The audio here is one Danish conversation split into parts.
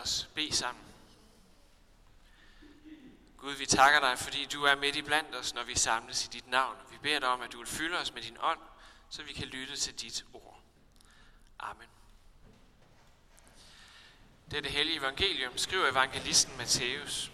os bede sammen. Gud, vi takker dig, fordi du er midt i blandt os, når vi samles i dit navn. Vi beder dig om, at du vil fylde os med din ånd, så vi kan lytte til dit ord. Amen. Dette hellige evangelium skriver evangelisten Matthæus.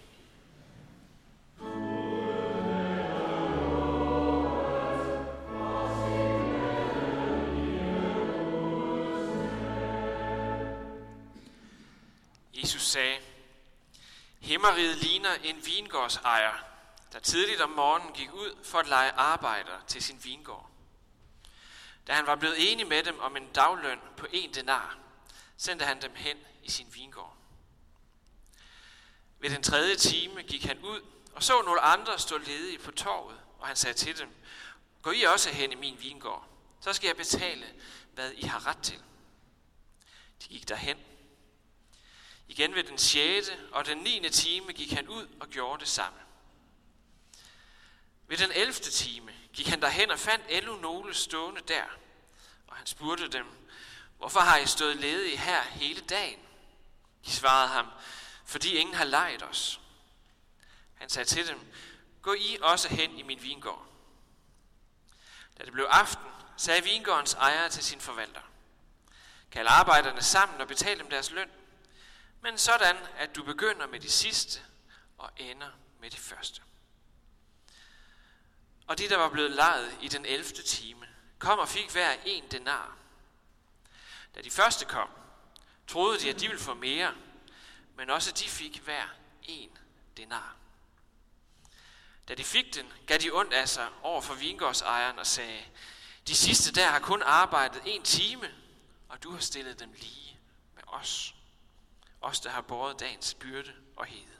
Jesus sagde, Himmeriget ligner en vingårdsejer, der tidligt om morgenen gik ud for at lege arbejder til sin vingård. Da han var blevet enig med dem om en dagløn på 1 denar, sendte han dem hen i sin vingård. Ved den 3. time gik han ud og så nogle andre stå ledige på torvet, og han sagde til dem, gå I også hen i min vingård, så skal jeg betale, hvad I har ret til. De gik derhen. Igen ved den 6. og den 9. time gik han ud og gjorde det samme. Ved den 11. time gik han derhen og fandt endnu nogle stående der, og han spurgte dem, hvorfor har I stået ledige her hele dagen? De svarede ham, fordi ingen har lejet os. Han sagde til dem, gå I også hen i min vingård. Da det blev aften, sagde vingårdens ejer til sin forvalter, kald arbejderne sammen og betal dem deres løn, men sådan, at du begynder med de sidste og ender med de første. Og de, der var blevet lejet i den 11. time, kom og fik hver 1 denar. Da de første kom, troede de, at de ville få mere, men også de fik hver 1 denar. Da de fik den, gav de ondt af sig over for vingårdsejeren og sagde, de sidste der har kun arbejdet 1 time, og du har stillet dem lige med os. Os, der har båret dagens byrde og hede.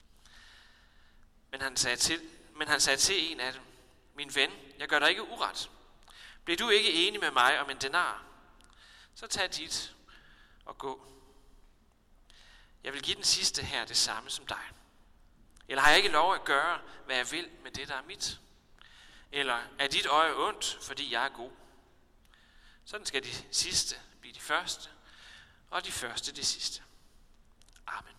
Men han sagde til en af dem, min ven, jeg gør dig ikke uret. Bliver du ikke enig med mig om en denar? Så tag dit og gå. Jeg vil give den sidste her det samme som dig. Eller har jeg ikke lov at gøre, hvad jeg vil med det, der er mit? Eller er dit øje ondt, fordi jeg er god? Sådan skal de sidste blive de første, og de første de sidste. Amen.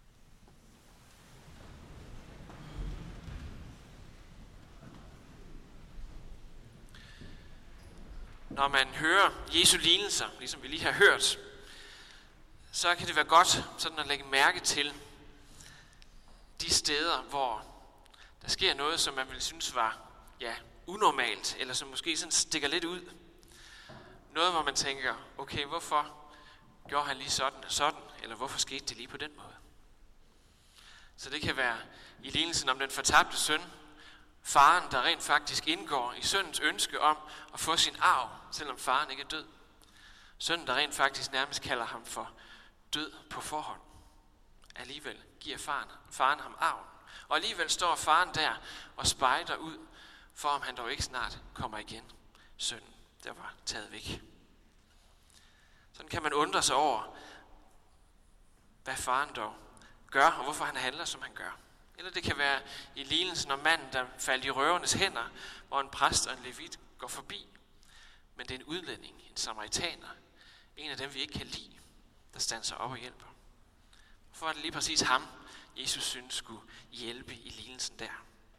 Når man hører Jesu lignelser, ligesom vi lige har hørt, så kan det være godt sådan at lægge mærke til de steder, hvor der sker noget, som man ville synes var unormalt, eller som måske sådan stikker lidt ud. Noget, hvor man tænker, okay, hvorfor gjorde han lige sådan og sådan, eller hvorfor skete det lige på den måde? Så det kan være i lignelsen om den fortabte søn, faren, der rent faktisk indgår i sønnens ønske om at få sin arv, selvom faren ikke er død. Sønnen, der rent faktisk nærmest kalder ham for død på forhånd. Alligevel giver faren ham arven. Og alligevel står faren der og spejder ud, for om han dog ikke snart kommer igen. Sønnen, der var taget væk. Sådan kan man undre sig over, hvad faren dog gør, og hvorfor han handler, som han gør. Eller det kan være i lignelsen om manden, der faldt i røvernes hænder, hvor en præst og en levit går forbi. Men det er en udlænding, en samaritaner, en af dem, vi ikke kan lide, der standser op og hjælper. Hvorfor er det lige præcis ham, Jesus synes skulle hjælpe i lignelsen der?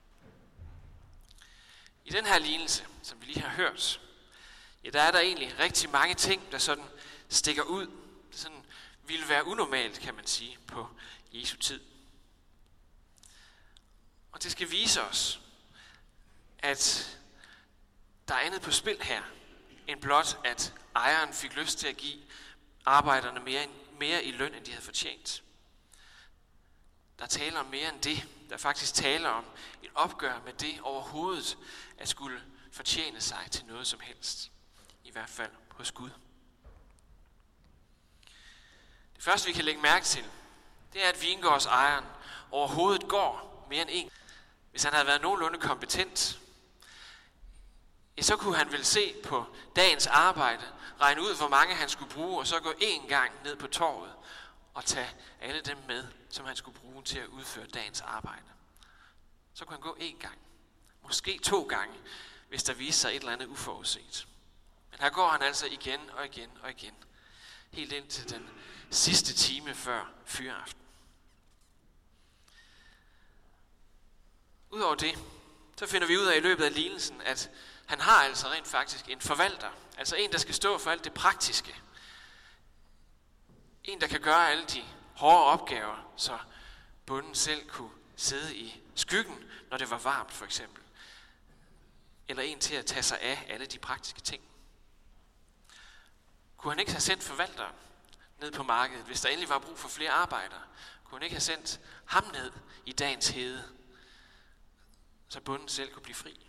I den her lignelse, som vi lige har hørt, der er der egentlig rigtig mange ting, der sådan stikker ud. Det sådan ville være unormalt, kan man sige, på Jesu tid. Og det skal vise os, at der er andet på spil her, end blot at ejeren fik lyst til at give arbejderne mere i løn, end de havde fortjent. Der taler om mere end det. Der faktisk taler om et opgør med det overhovedet, at skulle fortjene sig til noget som helst. I hvert fald hos Gud. Det første, vi kan lægge mærke til, det er, at vingårdsejeren overhovedet går mere end en. Hvis han havde været nogenlunde kompetent, så kunne han vel se på dagens arbejde, regne ud, hvor mange han skulle bruge, og så gå én gang ned på torvet og tage alle dem med, som han skulle bruge til at udføre dagens arbejde. Så kunne han gå 1 gang, måske 2 gange, hvis der viste sig et eller andet uforudset. Men her går han altså igen og igen og igen. Helt ind til den sidste time før fyraften. Udover det, så finder vi ud af i løbet af lignelsen, at han har altså rent faktisk en forvalter. Altså en, der skal stå for alt det praktiske. En, der kan gøre alle de hårde opgaver, så bonden selv kunne sidde i skyggen, når det var varmt for eksempel. Eller en til at tage sig af alle de praktiske ting. Kunne han ikke have sendt forvalteren ned på markedet, hvis der endelig var brug for flere arbejdere? Kunne han ikke have sendt ham ned i dagens hede, så bonden selv kunne blive fri?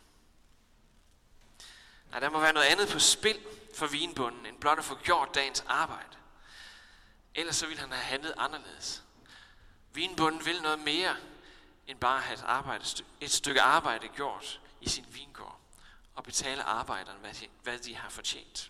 Nej, der må være noget andet på spil for vinbonden, end blot at få gjort dagens arbejde. Ellers så ville han have handlet anderledes. Vinbonden vil noget mere, end bare at have et stykke arbejde gjort i sin vingård, og betale arbejderne, hvad de har fortjent.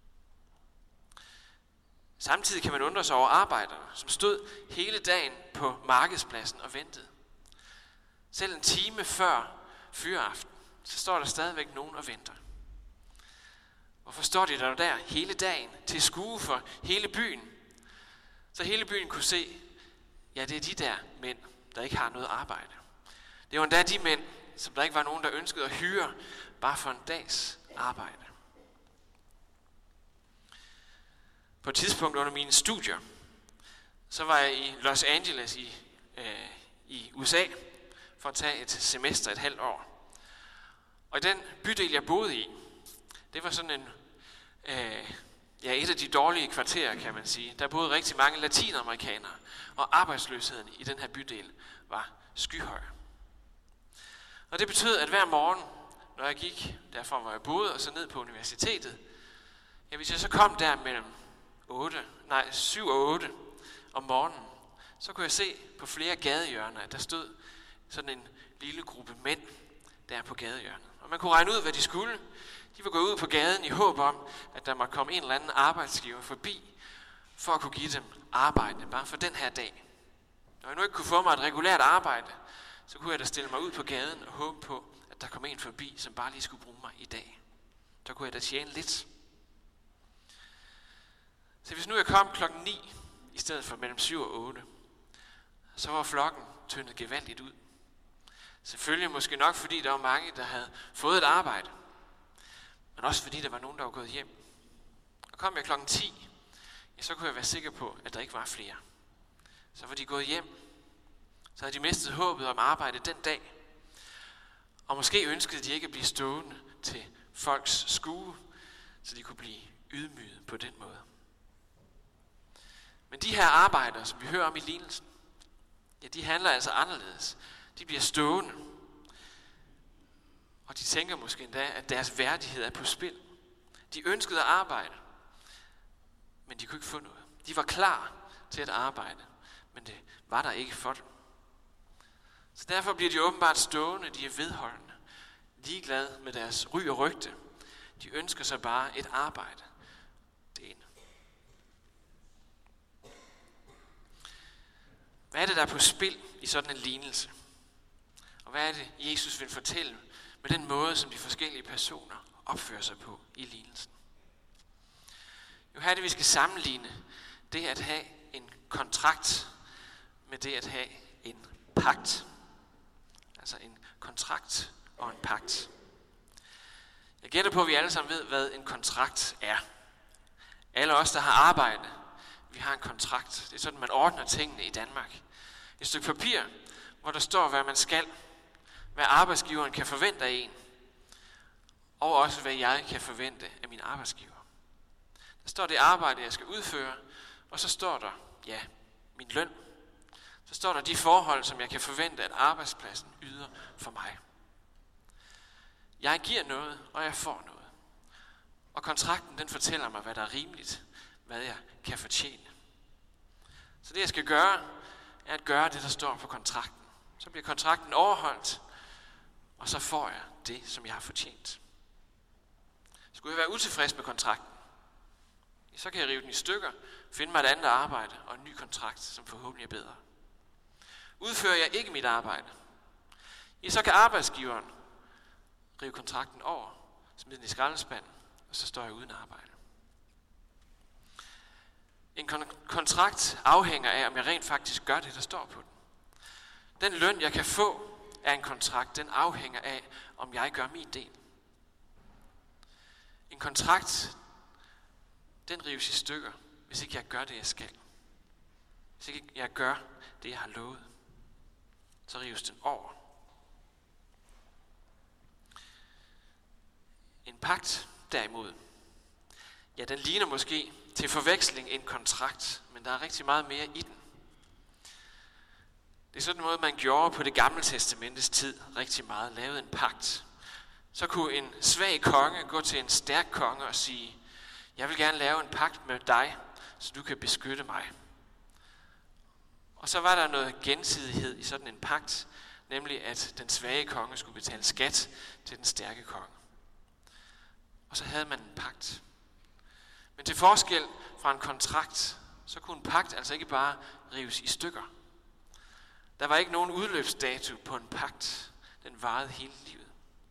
Samtidig kan man undre sig over arbejdere, som stod hele dagen på markedspladsen og ventede. Selv en time før fyraften, så står der stadigvæk nogen og venter. Hvorfor står de der hele dagen til skue for hele byen? Så hele byen kunne se, ja, det er de der mænd, der ikke har noget arbejde. Det var endda de mænd, som der ikke var nogen, der ønskede at hyre, bare for en dags arbejde. På et tidspunkt under mine studier, så var jeg i Los Angeles i USA, for at tage et semester, et halvt år. Og i den bydel, jeg boede i, det var sådan et af de dårlige kvarterer, kan man sige. Der boede rigtig mange latinamerikanere, og arbejdsløsheden i den her bydel var skyhøj. Og det betød, at hver morgen, når jeg gik derfra, hvor jeg boede, og så ned på universitetet, ja, hvis jeg så kom der mellem 7 og 8 om morgenen, så kunne jeg se på flere gadehjørner, at der stod sådan en lille gruppe mænd der på gadehjørnet. Og man kunne regne ud, hvad de skulle. De var gået ud på gaden i håb om, at der måtte komme en eller anden arbejdsgiver forbi, for at kunne give dem arbejde, bare for den her dag. Når jeg nu ikke kunne få mig et regulært arbejde, så kunne jeg da stille mig ud på gaden og håbe på, at der kom en forbi, som bare lige skulle bruge mig i dag. Så kunne jeg da tjene lidt. Så hvis nu jeg kom klokken 9, i stedet for mellem 7 og 8, så var flokken tyndet gevaldigt ud. Selvfølgelig måske nok, fordi der var mange, der havde fået et arbejde, men også fordi der var nogen, der var gået hjem. Og kom jeg klokken 10, ja, så kunne jeg være sikker på, at der ikke var flere. Så var de gået hjem, så havde de mistet håbet om arbejde den dag. Og måske ønskede de ikke at blive stående til folks skue, så de kunne blive ydmyget på den måde. Men de her arbejdere, som vi hører om i lignelsen, ja, de handler altså anderledes. De bliver stående. Og de tænker måske endda, at deres værdighed er på spil. De ønskede at arbejde, men de kunne ikke få noget. De var klar til at arbejde, men det var der ikke for dem. Så derfor bliver de åbenbart stående, de er vedholdende, ligeglade med deres ry og rygte. De ønsker sig bare et arbejde. Det ene. Hvad er det, der er på spil i sådan en lignelse? Og hvad er det, Jesus vil fortælle med den måde, som de forskellige personer opfører sig på i lignelsen? Jo, her er det, vi skal sammenligne det at have en kontrakt med det at have en pagt. Altså en kontrakt og en pagt. Jeg gætter på, at vi alle sammen ved, hvad en kontrakt er. Alle os, der har arbejde, vi har en kontrakt. Det er sådan, man ordner tingene i Danmark. Et stykke papir, hvor der står, hvad man skal, hvad arbejdsgiveren kan forvente af en, og også hvad jeg kan forvente af min arbejdsgiver. Der står det arbejde, jeg skal udføre, og så står der, ja, min løn. Så står der de forhold, som jeg kan forvente, at arbejdspladsen yder for mig. Jeg giver noget, og jeg får noget. Og kontrakten, den fortæller mig, hvad der er rimeligt, hvad jeg kan fortjene. Så det, jeg skal gøre, er at gøre det, der står på kontrakten. Så bliver kontrakten overholdt, og så får jeg det, som jeg har fortjent. Skulle jeg være utilfreds med kontrakten, så kan jeg rive den i stykker, finde mig et andet arbejde og en ny kontrakt, som forhåbentlig er bedre. Udfører jeg ikke mit arbejde, så kan arbejdsgiveren rive kontrakten over, smide den i skraldespanden, og så står jeg uden arbejde. En kontrakt afhænger af, om jeg rent faktisk gør det, der står på den. Den løn, jeg kan få af en kontrakt, den afhænger af, om jeg gør min del. En kontrakt, den rives i stykker, hvis ikke jeg gør det, jeg skal. Hvis ikke jeg gør det, jeg har lovet, så rives den over. En pagt, derimod, ja, den ligner måske til forveksling en kontrakt, men der er rigtig meget mere i den. Det er sådan en måde, man gjorde på det gamle testamentes tid rigtig meget, lavede en pagt. Så kunne en svag konge gå til en stærk konge og sige, jeg vil gerne lave en pagt med dig, så du kan beskytte mig. Og så var der noget gensidighed i sådan en pagt, nemlig at den svage konge skulle betale skat til den stærke konge. Og så havde man en pagt. Men til forskel fra en kontrakt, så kunne en pagt altså ikke bare rives i stykker. Der var ikke nogen udløbsdato på en pagt. Den varede hele livet.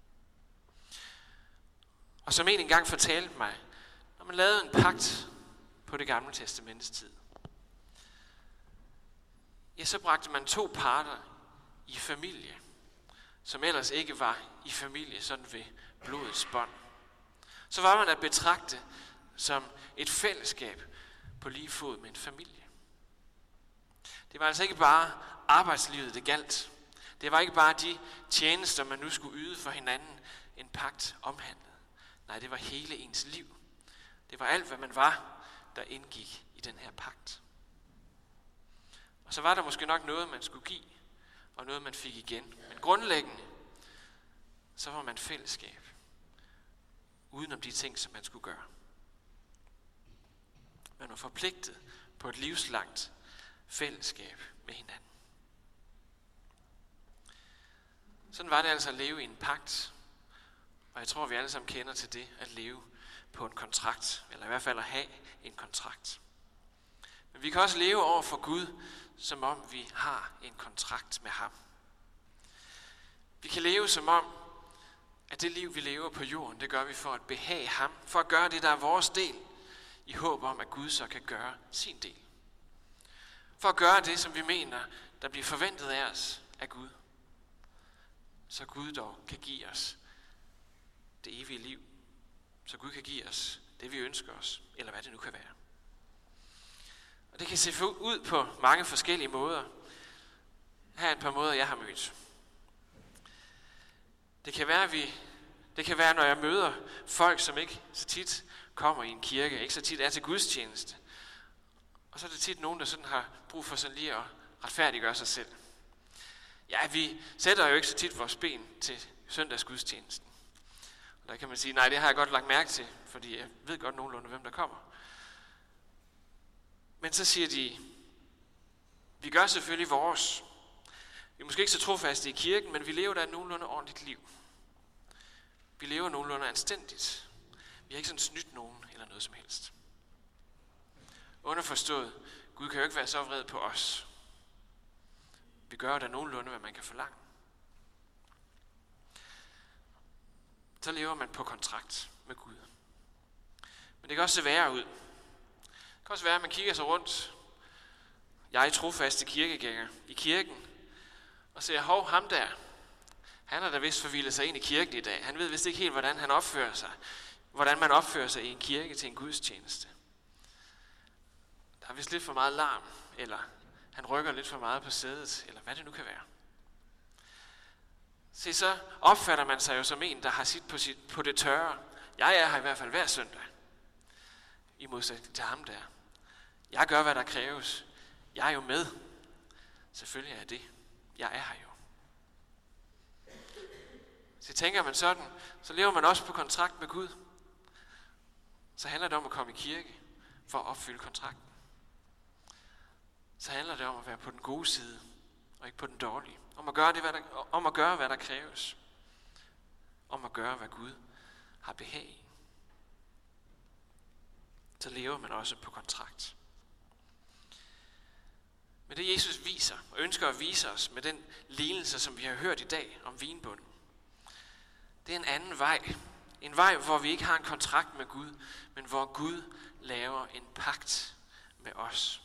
Og som en engang fortalte mig, når man lavede en pagt på det gamle testamentets tid, ja, så bragte man to parter i familie, som ellers ikke var i familie sådan ved blodets bånd. Så var man at betragte som et fællesskab på lige fod med en familie. Det var altså ikke bare arbejdslivet, det galt. Det var ikke bare de tjenester, man nu skulle yde for hinanden, en pagt omhandlede. Nej, det var hele ens liv. Det var alt, hvad man var, der indgik i den her pagt. Og så var der måske nok noget, man skulle give, og noget, man fik igen. Men grundlæggende, så var man fællesskab, uden om de ting, som man skulle gøre. Man var forpligtet på et livslangt fællesskab med hinanden. Sådan var det altså at leve i en pagt, og jeg tror, vi alle sammen kender til det, at leve på en kontrakt, eller i hvert fald at have en kontrakt. Men vi kan også leve over for Gud, som om vi har en kontrakt med ham. Vi kan leve som om, at det liv, vi lever på jorden, det gør vi for at behage ham, for at gøre det, der er vores del, i håb om, at Gud så kan gøre sin del. For at gøre det, som vi mener, der bliver forventet af os af Gud. Så Gud dog kan give os det evige liv. Så Gud kan give os det, vi ønsker os, eller hvad det nu kan være. Og det kan se ud på mange forskellige måder. Her er et par måder, jeg har mødt. Det kan være, når jeg møder folk, som ikke så tit kommer i en kirke, ikke så tit er til gudstjeneste. Og så er det tit nogen, der sådan har brug for sådan lige at retfærdiggøre sig selv. Ja, vi sætter jo ikke så tit vores ben til søndagsgudstjenesten. Og der kan man sige, nej, det har jeg godt lagt mærke til, fordi jeg ved godt nogenlunde, hvem der kommer. Men så siger de, vi gør selvfølgelig vores. Vi er måske ikke så trofaste i kirken, men vi lever da et nogenlunde ordentligt liv. Vi lever nogenlunde anstændigt. Vi har ikke sådan snydt nogen eller noget som helst. Underforstået, Gud kan jo ikke være så vred på os. Vi gør da nogenlunde, hvad man kan forlange. Så lever man på kontrakt med Gud. Men det kan også se værre ud. Det kan også være, at man kigger sig rundt. Jeg er trofaste kirkegænger i kirken. Og siger, hov, ham der. Han har da vist forvildet sig ind i kirken i dag. Han ved vist ikke helt, hvordan han opfører sig. Hvordan man opfører sig i en kirke til en gudstjeneste. Der er vist lidt for meget larm, eller han rykker lidt for meget på sædet, eller hvad det nu kan være. Se, så opfatter man sig jo som en, der har sit på det tørre. Jeg er her i hvert fald hver søndag. I modsætning til ham der. Jeg gør, hvad der kræves. Jeg er jo med. Selvfølgelig er jeg det. Jeg er her jo. Så tænker man sådan, så lever man også på kontrakt med Gud. Så handler det om at komme i kirke for at opfylde kontrakten. Så handler det om at være på den gode side, og ikke på den dårlige. Om at gøre, hvad der kræves. Om at gøre, hvad Gud har behag i. Så lever man også på kontrakt. Men det Jesus viser, og ønsker at vise os med den lignelse, som vi har hørt i dag om vinbunden, det er en anden vej. En vej, hvor vi ikke har en kontrakt med Gud, men hvor Gud laver en pagt med os.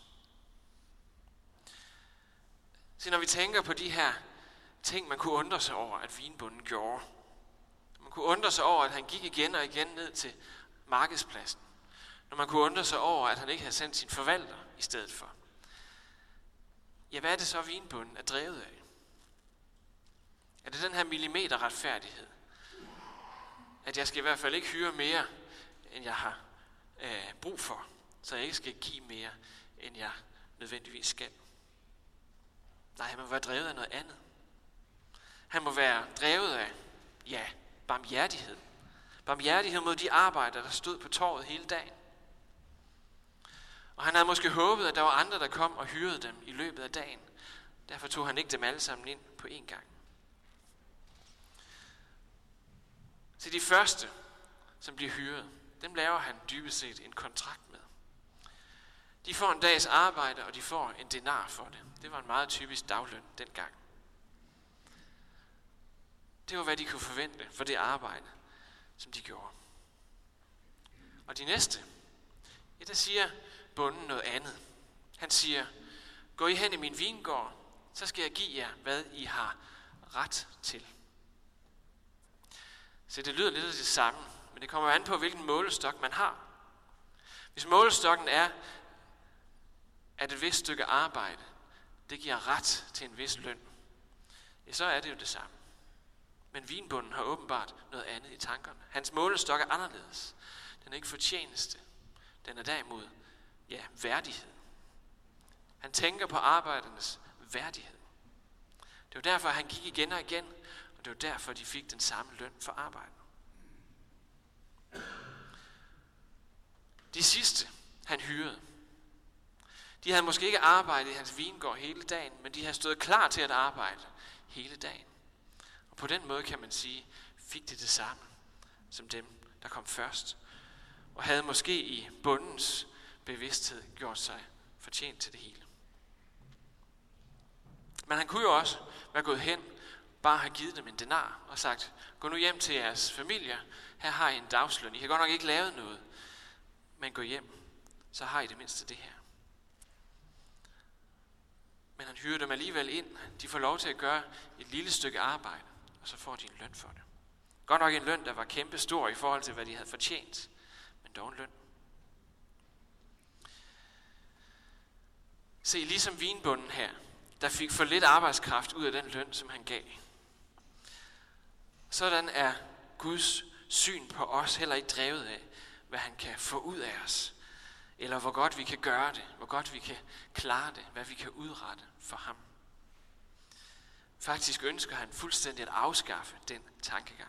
Så når vi tænker på de her ting, man kunne undre sig over, at vinbonden gjorde. Man kunne undre sig over, at han gik igen og igen ned til markedspladsen. Når man kunne undre sig over, at han ikke havde sendt sin forvalter i stedet for. Ja, hvad er det så, vinbonden er drevet af? Er det den her millimeter retfærdighed? At jeg skal i hvert fald ikke hyre mere, end jeg har brug for, så jeg ikke skal give mere, end jeg nødvendigvis skal. Nej, han må være drevet af noget andet. Han må være drevet af, ja, barmhjertighed. Barmhjertighed mod de arbejdere, der stod på torvet hele dagen. Og han havde måske håbet, at der var andre, der kom og hyrede dem i løbet af dagen. Derfor tog han ikke dem alle sammen ind på én gang. Til de første, som bliver hyret, dem laver han dybest set en kontrakt med. De får en dags arbejde, og de får en denar for det. Det var en meget typisk dagløn dengang. Det var, hvad de kunne forvente for det arbejde, som de gjorde. Og de næste, ja, der siger bonden noget andet. Han siger, gå I hen i min vingård, så skal jeg give jer, hvad I har ret til. Så det lyder lidt af det samme, men det kommer an på, hvilken målestok man har. Hvis målestokken er, at et vist stykke arbejde, det giver ret til en vis løn, ja, så er det jo det samme. Men vinbonden har åbenbart noget andet i tankerne. Hans målestok er anderledes. Den er ikke fortjeneste. Den er derimod, ja, værdighed. Han tænker på arbejdernes værdighed. Det var derfor, han gik igen og igen, og det var derfor, de fik den samme løn for arbejdet. De sidste, han hyrede, de havde måske ikke arbejdet i hans vingård hele dagen, men de havde stået klar til at arbejde hele dagen. Og på den måde kan man sige, fik det samme som dem, der kom først, og havde måske i bondens bevidsthed gjort sig fortjent til det hele. Men han kunne jo også være gået hen, bare have givet dem en denar og sagt, gå nu hjem til jeres familier, her har I en dagsløn. I har godt nok ikke lavet noget, men gå hjem, så har I det mindste det her. Men han hyrer dem alligevel ind. De får lov til at gøre et lille stykke arbejde, og så får de en løn for det. Godt nok en løn, der var kæmpe stor i forhold til, hvad de havde fortjent, men dog en løn. Se, ligesom vinbonden her, der fik for lidt arbejdskraft ud af den løn, som han gav. Sådan er Guds syn på os heller ikke drevet af, hvad han kan få ud af os, eller hvor godt vi kan gøre det, hvor godt vi kan klare det, hvad vi kan udrette for ham. Faktisk ønsker han fuldstændig at afskaffe den tankegang.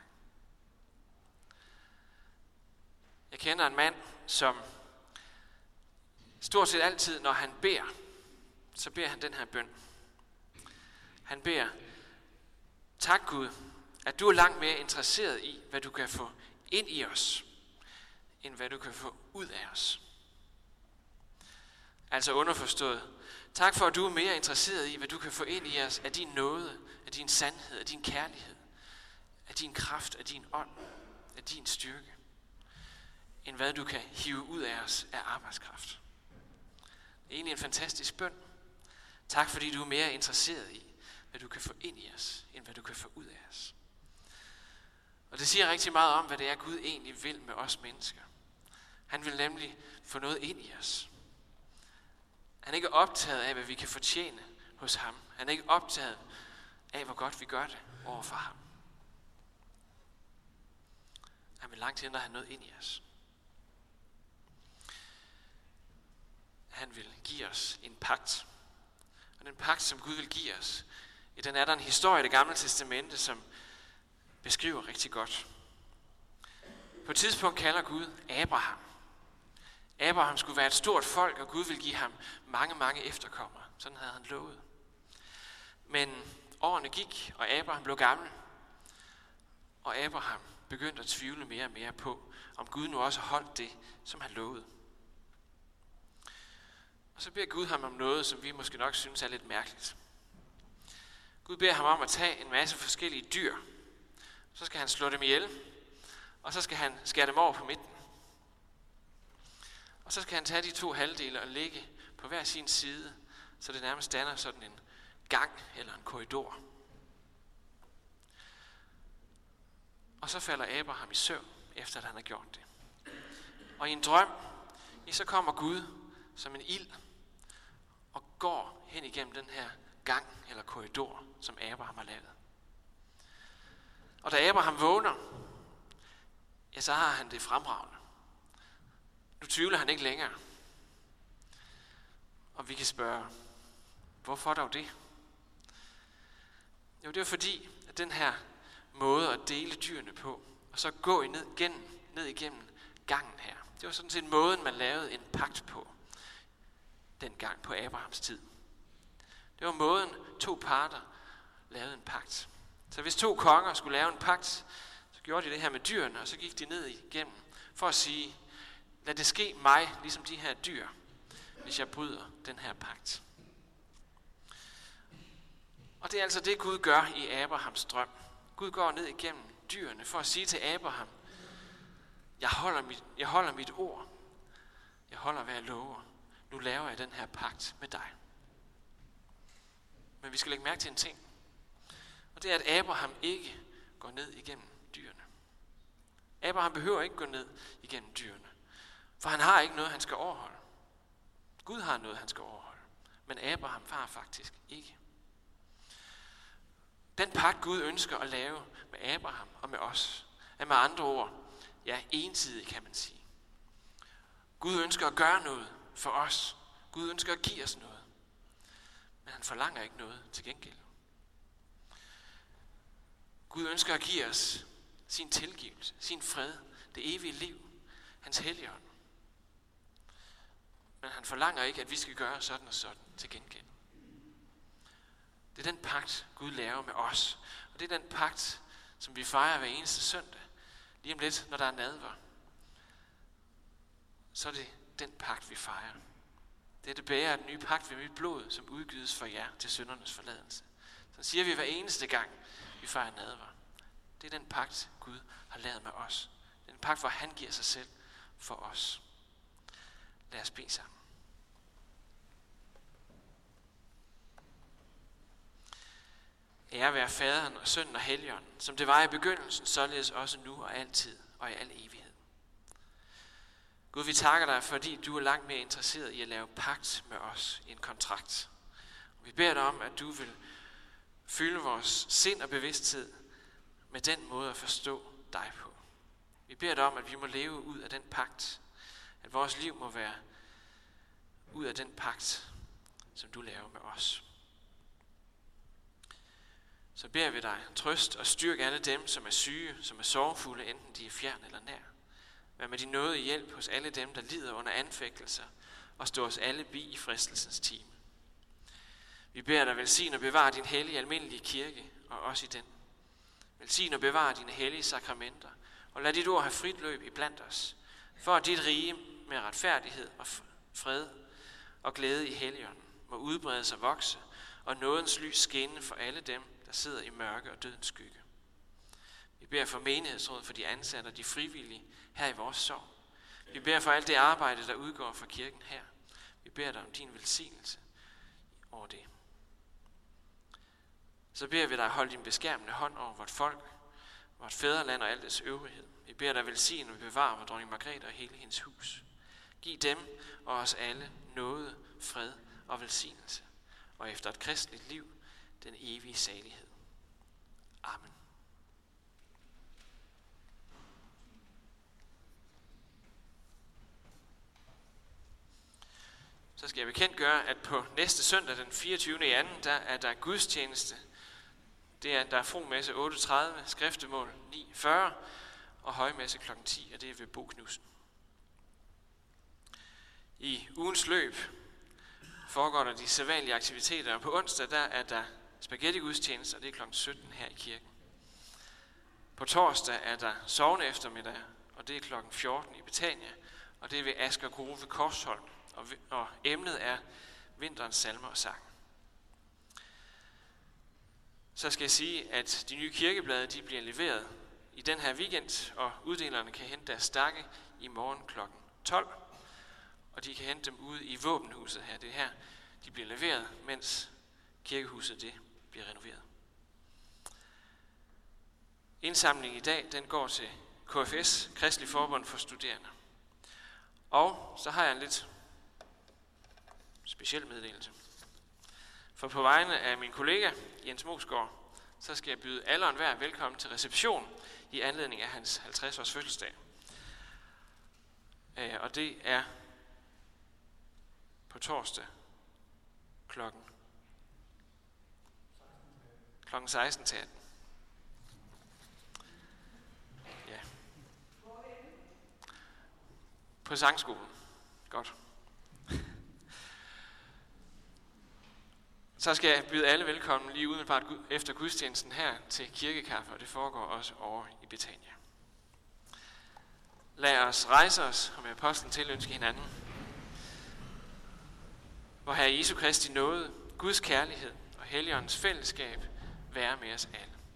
Jeg kender en mand, som stort set altid, når han beder, så beder han den her bøn. Han beder, tak Gud, at du er langt mere interesseret i, hvad du kan få ind i os, end hvad du kan få ud af os. Altså underforstået, tak for, at du er mere interesseret i, hvad du kan få ind i os af din nåde, af din sandhed, af din kærlighed, af din kraft, af din ånd, af din styrke, end hvad du kan hive ud af os af arbejdskraft. Det er egentlig en fantastisk bøn. Tak fordi du er mere interesseret i, hvad du kan få ind i os, end hvad du kan få ud af os. Og det siger rigtig meget om, hvad det er, Gud egentlig vil med os mennesker. Han vil nemlig få noget ind i os. Han er ikke optaget af, hvad vi kan fortjene hos ham. Han er ikke optaget af, hvor godt vi gør det over for ham. Han vil langt hellere have noget ind i os. Han vil give os en pagt. Og den pagt, som Gud vil give os, i den er der en historie i Det Gamle Testamente, som beskriver rigtig godt. På et tidspunkt kalder Gud Abraham. Abraham skulle være et stort folk, og Gud ville give ham mange, mange efterkommere. Sådan havde han lovet. Men årene gik, og Abraham blev gammel. Og Abraham begyndte at tvivle mere og mere på, om Gud nu også holdt det, som han lovede. Og så beder Gud ham om noget, som vi måske nok synes er lidt mærkeligt. Gud beder ham om at tage en masse forskellige dyr. Så skal han slå dem ihjel, og så skal han skære dem over på midten. Og så skal han tage de 2 halvdele og lægge på hver sin side, så det nærmest danner sådan en gang eller en korridor. Og så falder Abraham i søvn, efter at han har gjort det. Og i en drøm, så kommer Gud som en ild og går hen igennem den her gang eller korridor, som Abraham har lavet. Og da Abraham vågner, ja, så har han det fremragende. Nu tvivler han ikke længere. Og vi kan spørge, hvorfor dog det? Jo, det er fordi, at den her måde at dele dyrene på, og så gå ned igennem gangen her, det var sådan set måden, man lavede en pagt på, dengang på Abrahams tid. Det var måden, to parter lavede en pagt. Så hvis to konger skulle lave en pagt, så gjorde de det her med dyrene, og så gik de ned igennem for at sige, lad det ske mig, ligesom de her dyr, hvis jeg bryder den her pagt. Og det er altså det, Gud gør i Abrahams drøm. Gud går ned igennem dyrene for at sige til Abraham, jeg holder mit ord. Jeg holder, hvad jeg lover. Nu laver jeg den her pagt med dig. Men vi skal lægge mærke til en ting. Og det er, at Abraham ikke går ned igennem dyrene. Abraham behøver ikke gå ned igennem dyrene. For han har ikke noget, han skal overholde. Gud har noget, han skal overholde. Men Abraham har faktisk ikke. Den pagt, Gud ønsker at lave med Abraham og med os, er med andre ord, ja, ensidig, kan man sige. Gud ønsker at gøre noget for os. Gud ønsker at give os noget. Men han forlanger ikke noget til gengæld. Gud ønsker at give os sin tilgivelse, sin fred, det evige liv, hans helligånd. Men han forlanger ikke, at vi skal gøre sådan og sådan til gengæld. Det er den pagt, Gud laver med os. Og det er den pagt, som vi fejrer hver eneste søndag. Lige om lidt, når der er nadver. Så er det den pagt, vi fejrer. Det er det bærer af den nye pagt ved mit blod, som udgives for jer til syndernes forladelse. Så siger vi hver eneste gang, vi fejrer nadver. Det er den pagt, Gud har lavet med os. Det er en pagt, hvor han giver sig selv for os. Lad os bede sammen. Ære være Faderen og Sønnen og Helligånden, som det var i begyndelsen, således også nu og altid og i al evighed. Gud, vi takker dig, fordi du er langt mere interesseret i at lave pagt med os i en kontrakt. Vi beder dig om, at du vil fylde vores sind og bevidsthed med den måde at forstå dig på. Vi beder dig om, at vi må leve ud af den pagt, at vores liv må være ud af den pagt, som du laver med os. Så beder vi dig, trøst og styrk alle dem, som er syge, som er sorgfulde, enten de er fjern eller nær. Vær med din nåde hjælp hos alle dem, der lider under anfægtelser, og stå os alle bi i fristelsens time. Vi beder dig, velsign og bevare din hellige almindelige kirke, og også i den. Velsign og bevare dine hellige sakramenter, og lad dit ord have frit løb iblandt os, for at dit rige med retfærdighed og fred og glæde i Helligånden må udbredes og vokse, og nådens lys skinne for alle dem, der sidder i mørke og dødens skygge. Vi beder for menighedsrådet, for de ansatte og de frivillige her i vores sorg. Vi beder for alt det arbejde, der udgår fra kirken her. Vi beder dig om din velsignelse over det. Så beder vi dig at holde din beskærmende hånd over vort folk, vort fædreland og alt dets øvrighed. Vi beder dig velsigne og bevare vor dronning Margrethe og hele hendes hus. Giv dem og os alle nåde, fred og velsignelse, og efter et kristeligt liv, den evige salighed. Amen. Så skal jeg bekendtgøre, at på næste søndag, den 24. i anden, der er der gudstjeneste. Der er fromesse 8.30, skriftemål 9.40 og højmesse kl. 10, og det er ved Bo Knudsen. I ugens løb foregår der de sædvanlige aktiviteter, og på onsdag der er der spaghetti-gudstjeneste, og det er kl. 17 her i kirken. På torsdag er der sovende eftermiddag, og det er kl. 14 i Betania, og det er ved Asger Grove Korsholm, og emnet er vinterens salmer og sang. Så skal jeg sige, at de nye kirkeblade de bliver leveret i den her weekend, og uddelerne kan hente deres stakke i morgen kl. 12. og de kan hente dem ude i våbenhuset her. Det er her, de bliver leveret, mens kirkehuset det bliver renoveret. Indsamlingen i dag, den går til KFS, Kristelig Forbund for Studerende. Og så har jeg en lidt speciel meddelelse. For på vegne af min kollega Jens Mosgaard, så skal jeg byde alle og enhver velkommen til reception i anledning af hans 50-års fødselsdag. Og det er på torsdag klokken 16 til 18. Ja. På sangskolen. Godt. Så skal jeg byde alle velkommen lige umiddelbart efter gudstjenesten her til kirkekaffe, og det foregår også over i Betania. Lad os rejse os og med apostlen tilønske hinanden. Hvor Herre Jesu Kristi nåde, Guds kærlighed og Helligåndens fællesskab være med os alle.